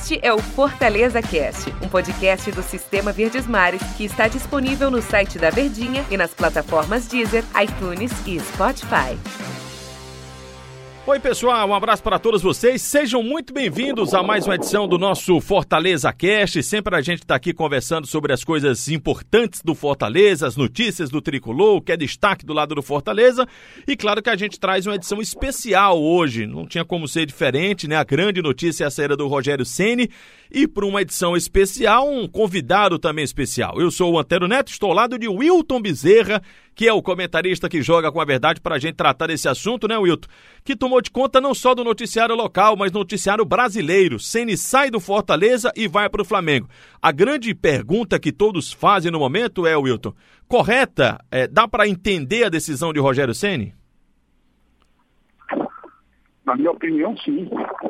Este é o Fortaleza Cast, um podcast do Sistema Verdes Mares que está disponível no site da Verdinha e nas plataformas Deezer, iTunes e Spotify. Oi pessoal, um abraço para todos vocês, sejam muito bem-vindos a mais uma edição do nosso Fortaleza Cast. Sempre a gente está aqui conversando sobre as coisas importantes do Fortaleza, as notícias do Tricolor, o que é destaque do lado do Fortaleza. E claro que a gente traz uma edição especial hoje, não tinha como ser diferente, né? A grande notícia é a saída do Rogério Ceni e por uma edição especial, um convidado também especial. Eu sou o Antero Neto, estou ao lado de Wilton Bezerra, que é o comentarista que joga com a verdade para a gente tratar desse assunto, né, Wilton? Que tomou de conta não só do noticiário local, mas noticiário brasileiro. Ceni sai do Fortaleza e vai para o Flamengo. A grande pergunta que todos fazem no momento é, Wilton, correta? Dá para entender a decisão de Rogério Ceni? Na minha opinião, sim.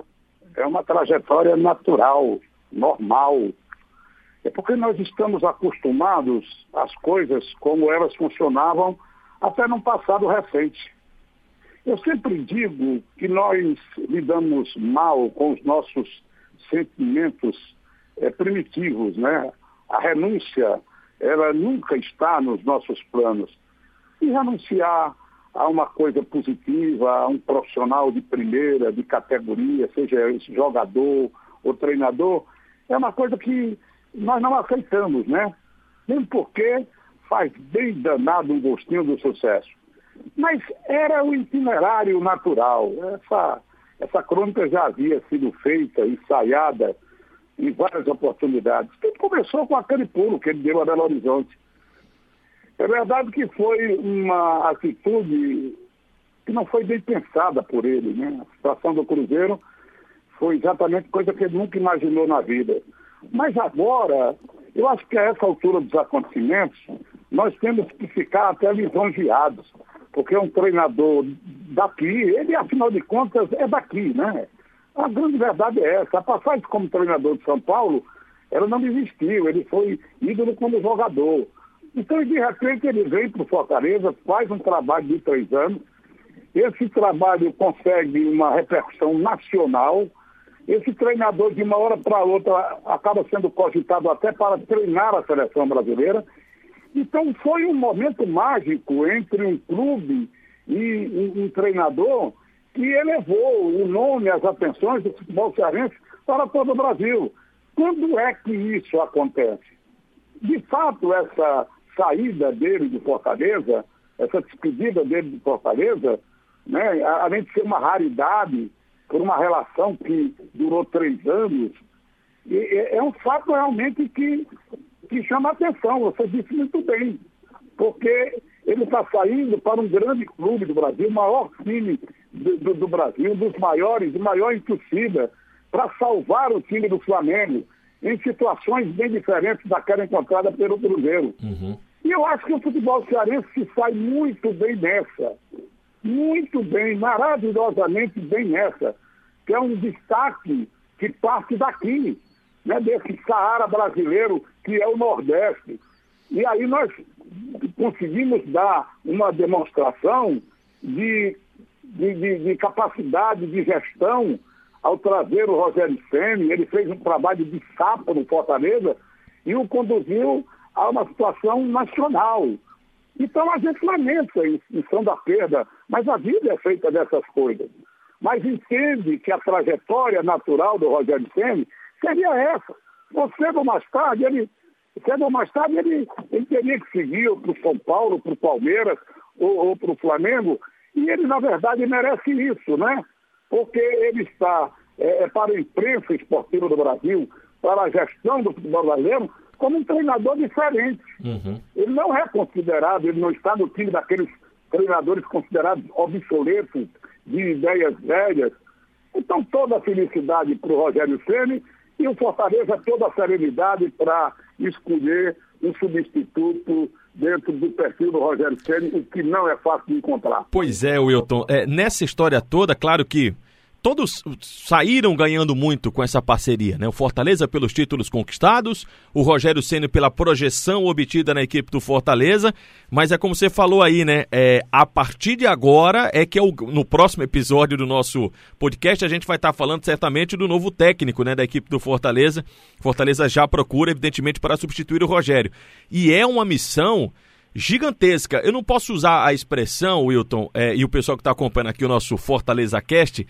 É uma trajetória natural, normal. É porque nós estamos acostumados às coisas como elas funcionavam até num passado recente. Eu sempre digo que nós lidamos mal com os nossos sentimentos primitivos, né? A renúncia, ela nunca está nos nossos planos. E renunciar a uma coisa positiva, a um profissional de primeira, de categoria, seja esse jogador ou treinador, é uma coisa que nós não aceitamos, né? Nem porque faz bem danado um gostinho do sucesso. Mas era o itinerário natural. Essa crônica já havia sido feita, ensaiada em várias oportunidades. Tudo começou com aquele pulo que ele deu a Belo Horizonte. É verdade que foi uma atitude que não foi bem pensada por ele, né? A situação do Cruzeiro foi exatamente coisa que ele nunca imaginou na vida. Mas agora, eu acho que a essa altura dos acontecimentos, nós temos que ficar até lisonjeados, porque é um treinador daqui, ele, afinal de contas, é daqui, né? A grande verdade é essa. A passagem como treinador de São Paulo, ela não existiu, ele foi ídolo como jogador. Então, de repente, ele vem para o Fortaleza, faz um trabalho de 3 anos, esse trabalho consegue uma repercussão nacional. Esse treinador, de uma hora para outra, acaba sendo cogitado até para treinar a seleção brasileira. Então, foi um momento mágico entre um clube e um treinador que elevou o nome, as atenções do futebol cearense para todo o Brasil. Quando é que isso acontece? De fato, essa saída dele de Fortaleza, essa despedida dele de Fortaleza, né, além de ser uma raridade, por uma relação que durou 3 anos, é um fato realmente que chama a atenção. Você disse muito bem, porque ele está saindo para um grande clube do Brasil, o maior time do Brasil, um dos maiores, o maior em torcida, para salvar o time do Flamengo, em situações bem diferentes daquela encontrada pelo Cruzeiro. Uhum. E eu acho que o futebol cearense se sai muito bem nessa. Muito bem, maravilhosamente bem nessa, que é um destaque que parte daqui, né, desse Saara brasileiro que é o Nordeste. E aí nós conseguimos dar uma demonstração de capacidade de gestão ao trazer o Rogério Ceni. Ele fez um trabalho de sapo no Fortaleza e o conduziu a uma situação nacional. Então a gente lamenta em função da perda, mas a vida é feita dessas coisas. Mas entende que a trajetória natural do Rogério Ceni seria essa. Cedo ou mais tarde, ele teria que seguir para o São Paulo, para o Palmeiras ou para o Flamengo, e ele, na verdade, merece isso, né? Porque ele está, para a imprensa esportiva do Brasil, para a gestão do futebol brasileiro, como um treinador diferente. Uhum. Ele não é considerado, ele não está no time daqueles treinadores considerados obsoletos, de ideias velhas. Então, toda a felicidade para o Rogério Ceni e o Fortaleza toda a serenidade para escolher um substituto dentro do perfil do Rogério Ceni, o que não é fácil de encontrar. Pois é, Wilton. Nessa história toda, claro que todos saíram ganhando muito com essa parceria, né? O Fortaleza pelos títulos conquistados, o Rogério Ceni pela projeção obtida na equipe do Fortaleza, mas é como você falou aí, né? A partir de agora no próximo episódio do nosso podcast a gente vai estar falando certamente do novo técnico, né, da equipe do Fortaleza. Fortaleza já procura, evidentemente, para substituir o Rogério. E é uma missão gigantesca. Eu não posso usar a expressão, Wilton, e o pessoal que está acompanhando aqui o nosso Fortaleza Cast,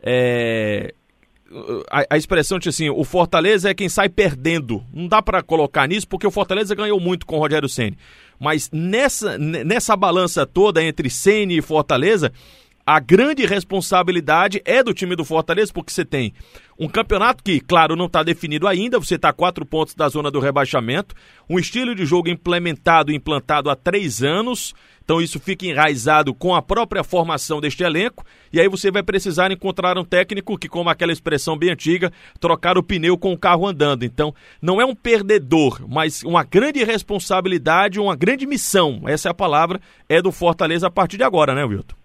a expressão de assim, o Fortaleza é quem sai perdendo. Não dá para colocar nisso, porque o Fortaleza ganhou muito com o Rogério Ceni. Mas nessa balança toda entre Ceni e Fortaleza, a grande responsabilidade é do time do Fortaleza, porque você tem um campeonato que, claro, não está definido ainda, você está a 4 pontos da zona do rebaixamento, um estilo de jogo implantado há 3 anos, então isso fica enraizado com a própria formação deste elenco, e aí você vai precisar encontrar um técnico que, como aquela expressão bem antiga, trocar o pneu com o carro andando. Então, não é um perdedor, mas uma grande responsabilidade, uma grande missão, essa é a palavra, é do Fortaleza a partir de agora, né, Wilton?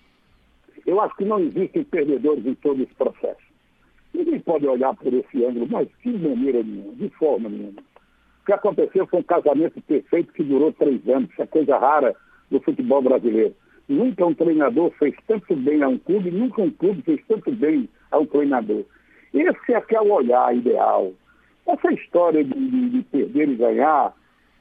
Eu acho que não existem perdedores em todo esse processo. Ninguém pode olhar por esse ângulo, mas de maneira nenhuma, de forma nenhuma. O que aconteceu foi um casamento perfeito que durou 3 anos, isso é coisa rara do futebol brasileiro. Nunca um treinador fez tanto bem a um clube, nunca um clube fez tanto bem a um treinador. Esse é que é o olhar ideal. Essa história de perder e ganhar,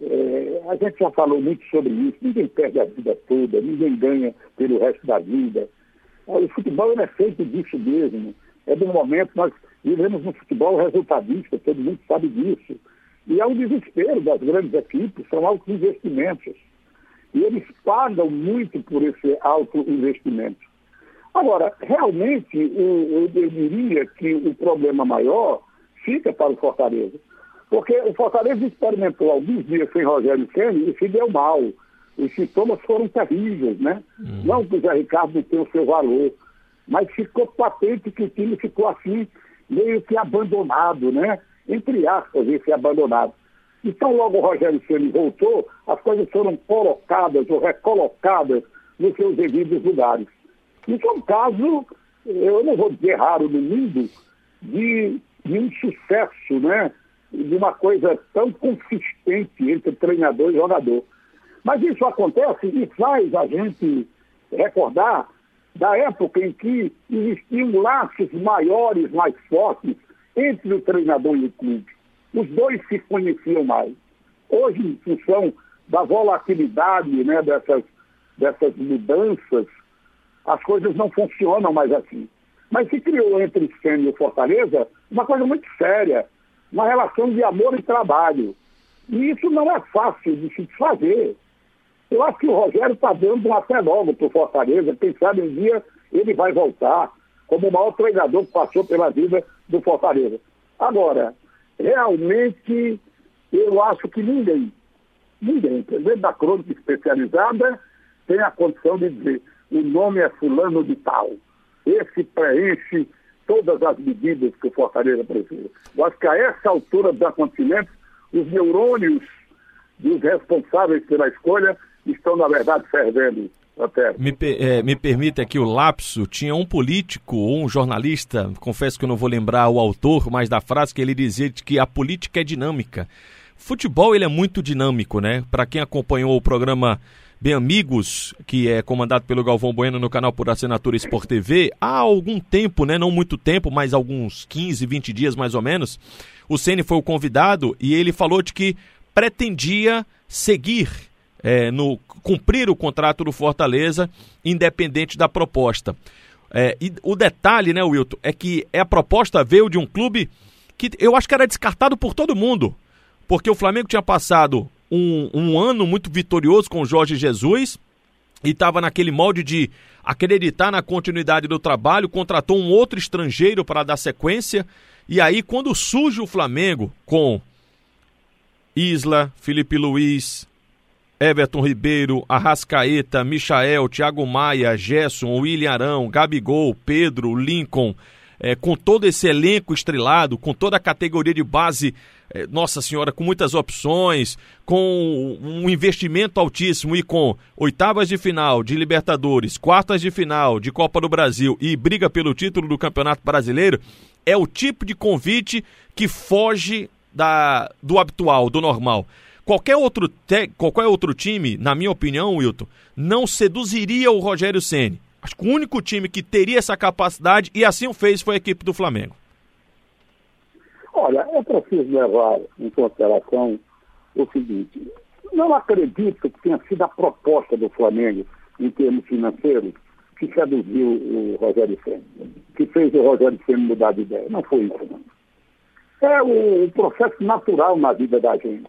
a gente já falou muito sobre isso, ninguém perde a vida toda, ninguém ganha pelo resto da vida. O futebol é feito disso mesmo. É do momento, nós vivemos um futebol resultadista, todo mundo sabe disso. E é um desespero das grandes equipes, são altos investimentos. E eles pagam muito por esse alto investimento. Agora, realmente, eu diria que o problema maior fica para o Fortaleza. Porque o Fortaleza experimentou alguns dias sem Rogério Ceni e se deu mal. Os sintomas foram terríveis, né? Não que o Zé Ricardo não tenha o seu valor, mas ficou patente que o time ficou assim, meio que abandonado, né? Entre aspas, esse abandonado. Então, logo o Rogério Ceni voltou, as coisas foram colocadas ou recolocadas nos seus devidos lugares. Isso é um caso, eu não vou dizer raro no mundo, de um sucesso, né? De uma coisa tão consistente entre treinador e jogador. Mas isso acontece e faz a gente recordar da época em que existiam laços maiores, mais fortes entre o treinador e o clube. Os dois se conheciam mais. Hoje, em função da volatilidade, né, dessas mudanças, as coisas não funcionam mais assim. Mas se criou entre o Ceni e o Fortaleza uma coisa muito séria, uma relação de amor e trabalho. E isso não é fácil de se desfazer. Eu acho que o Rogério está dando um até logo para o Fortaleza. Quem sabe um dia ele vai voltar como o maior treinador que passou pela vida do Fortaleza. Agora, realmente, eu acho que ninguém, dentro da crônica especializada, tem a condição de dizer o nome é fulano de tal. Esse preenche todas as medidas que o Fortaleza precisa. Eu acho que a essa altura dos acontecimentos, os neurônios dos responsáveis pela escolha estão, na verdade, fervendo. Me permite aqui o lapso, tinha um político ou um jornalista, confesso que eu não vou lembrar o autor, mas da frase que ele dizia de que a política é dinâmica. Futebol, ele é muito dinâmico, né? Para quem acompanhou o programa Bem Amigos, que é comandado pelo Galvão Bueno no canal por assinatura Sport TV, há algum tempo, né? Não muito tempo, mas alguns 15, 20 dias mais ou menos, o Ceni foi o convidado e ele falou de que pretendia seguir cumprir o contrato do Fortaleza, independente da proposta. E o detalhe, né, Wilton, é que a proposta veio de um clube que eu acho que era descartado por todo mundo, porque o Flamengo tinha passado um ano muito vitorioso com o Jorge Jesus e estava naquele molde de acreditar na continuidade do trabalho, contratou um outro estrangeiro para dar sequência, e aí quando surge o Flamengo com Isla, Felipe Luiz, Everton Ribeiro, Arrascaeta, Michael, Thiago Maia, Gerson, William Arão, Gabigol, Pedro, Lincoln, com todo esse elenco estrelado, com toda a categoria de base, nossa senhora, com muitas opções, com um investimento altíssimo e com oitavas de final de Libertadores, quartas de final de Copa do Brasil e briga pelo título do Campeonato Brasileiro, é o tipo de convite que foge do habitual, do normal. Qualquer outro time, na minha opinião, Wilton, não seduziria o Rogério Ceni. Acho que o único time que teria essa capacidade, e assim o fez, foi a equipe do Flamengo. Olha, é preciso levar em consideração o seguinte: não acredito que tenha sido a proposta do Flamengo, em termos financeiros, que seduziu o Rogério Ceni, que fez o Rogério Ceni mudar de ideia. Não foi isso, não. É o processo natural na vida da gente.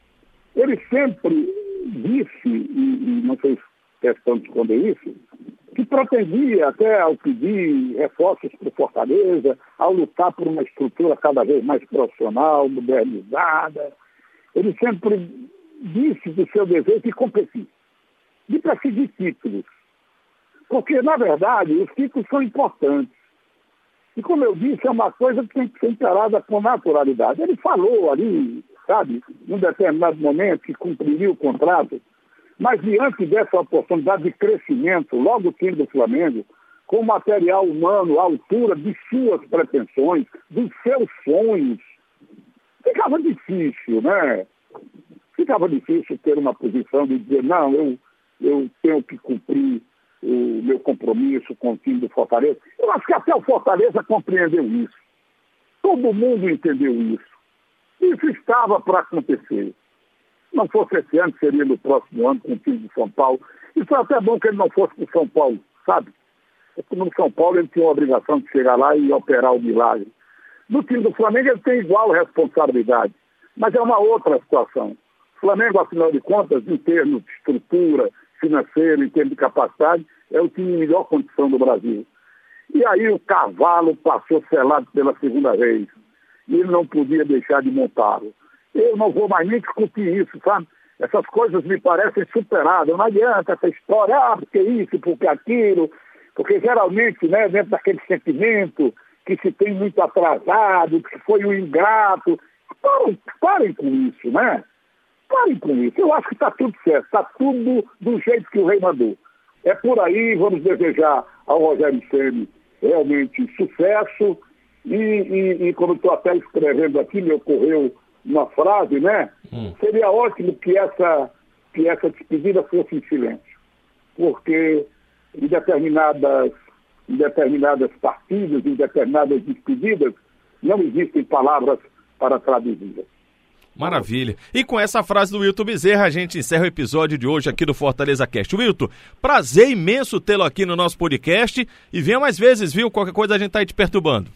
Ele sempre disse, e não fez questão de esconder isso, que pretendia, até ao pedir reforços para o Fortaleza, ao lutar por uma estrutura cada vez mais profissional, modernizada, ele sempre disse do seu desejo de competir, de perseguir títulos. Porque, na verdade, os títulos são importantes. E, como eu disse, é uma coisa que tem que ser encarada com naturalidade. Ele falou ali, sabe, num determinado momento, que cumpriria o contrato, mas diante dessa oportunidade de crescimento, logo o time do Flamengo, com material humano à altura de suas pretensões, dos seus sonhos, ficava difícil, né? Ficava difícil ter uma posição de dizer, não, eu tenho que cumprir o meu compromisso com o time do Fortaleza. Eu acho que até o Fortaleza compreendeu isso. Todo mundo entendeu isso. Isso estava para acontecer. Não fosse esse ano, seria no próximo ano com o time de São Paulo. E foi até bom que ele não fosse para o São Paulo, sabe? Porque no São Paulo ele tinha a obrigação de chegar lá e operar o milagre. No time do Flamengo ele tem igual responsabilidade, mas é uma outra situação. O Flamengo, afinal de contas, em termos de estrutura financeira, em termos de capacidade, é o time em melhor condição do Brasil. E aí o cavalo passou selado pela segunda vez. E ele não podia deixar de montá-lo. Eu não vou mais nem discutir isso, sabe? Essas coisas me parecem superadas. Não adianta essa história, porque isso, porque aquilo. Porque geralmente, né, dentro daquele sentimento que se tem muito atrasado, que foi um ingrato. Parem com isso, né? Parem com isso. Eu acho que está tudo certo. Está tudo do jeito que o rei mandou. É por aí, vamos desejar ao Rogério Ceni realmente sucesso. E como estou até escrevendo aqui, me ocorreu uma frase, né? Seria ótimo que essa despedida fosse em silêncio. Porque em determinadas partidas, em determinadas despedidas, não existem palavras para traduzir. Maravilha. E com essa frase do Wilton Bezerra, a gente encerra o episódio de hoje aqui do Fortaleza Cast. Wilton, prazer imenso tê-lo aqui no nosso podcast. E venha mais vezes, viu? Qualquer coisa a gente tá aí te perturbando.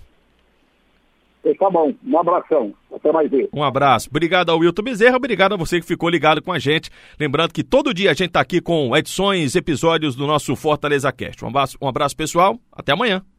Tá bom, um abração, até mais ver. Um abraço, obrigado ao Wilton Bezerra, obrigado a você que ficou ligado com a gente, lembrando que todo dia a gente tá aqui com edições, episódios do nosso Fortaleza Cast. Um abraço pessoal, até amanhã.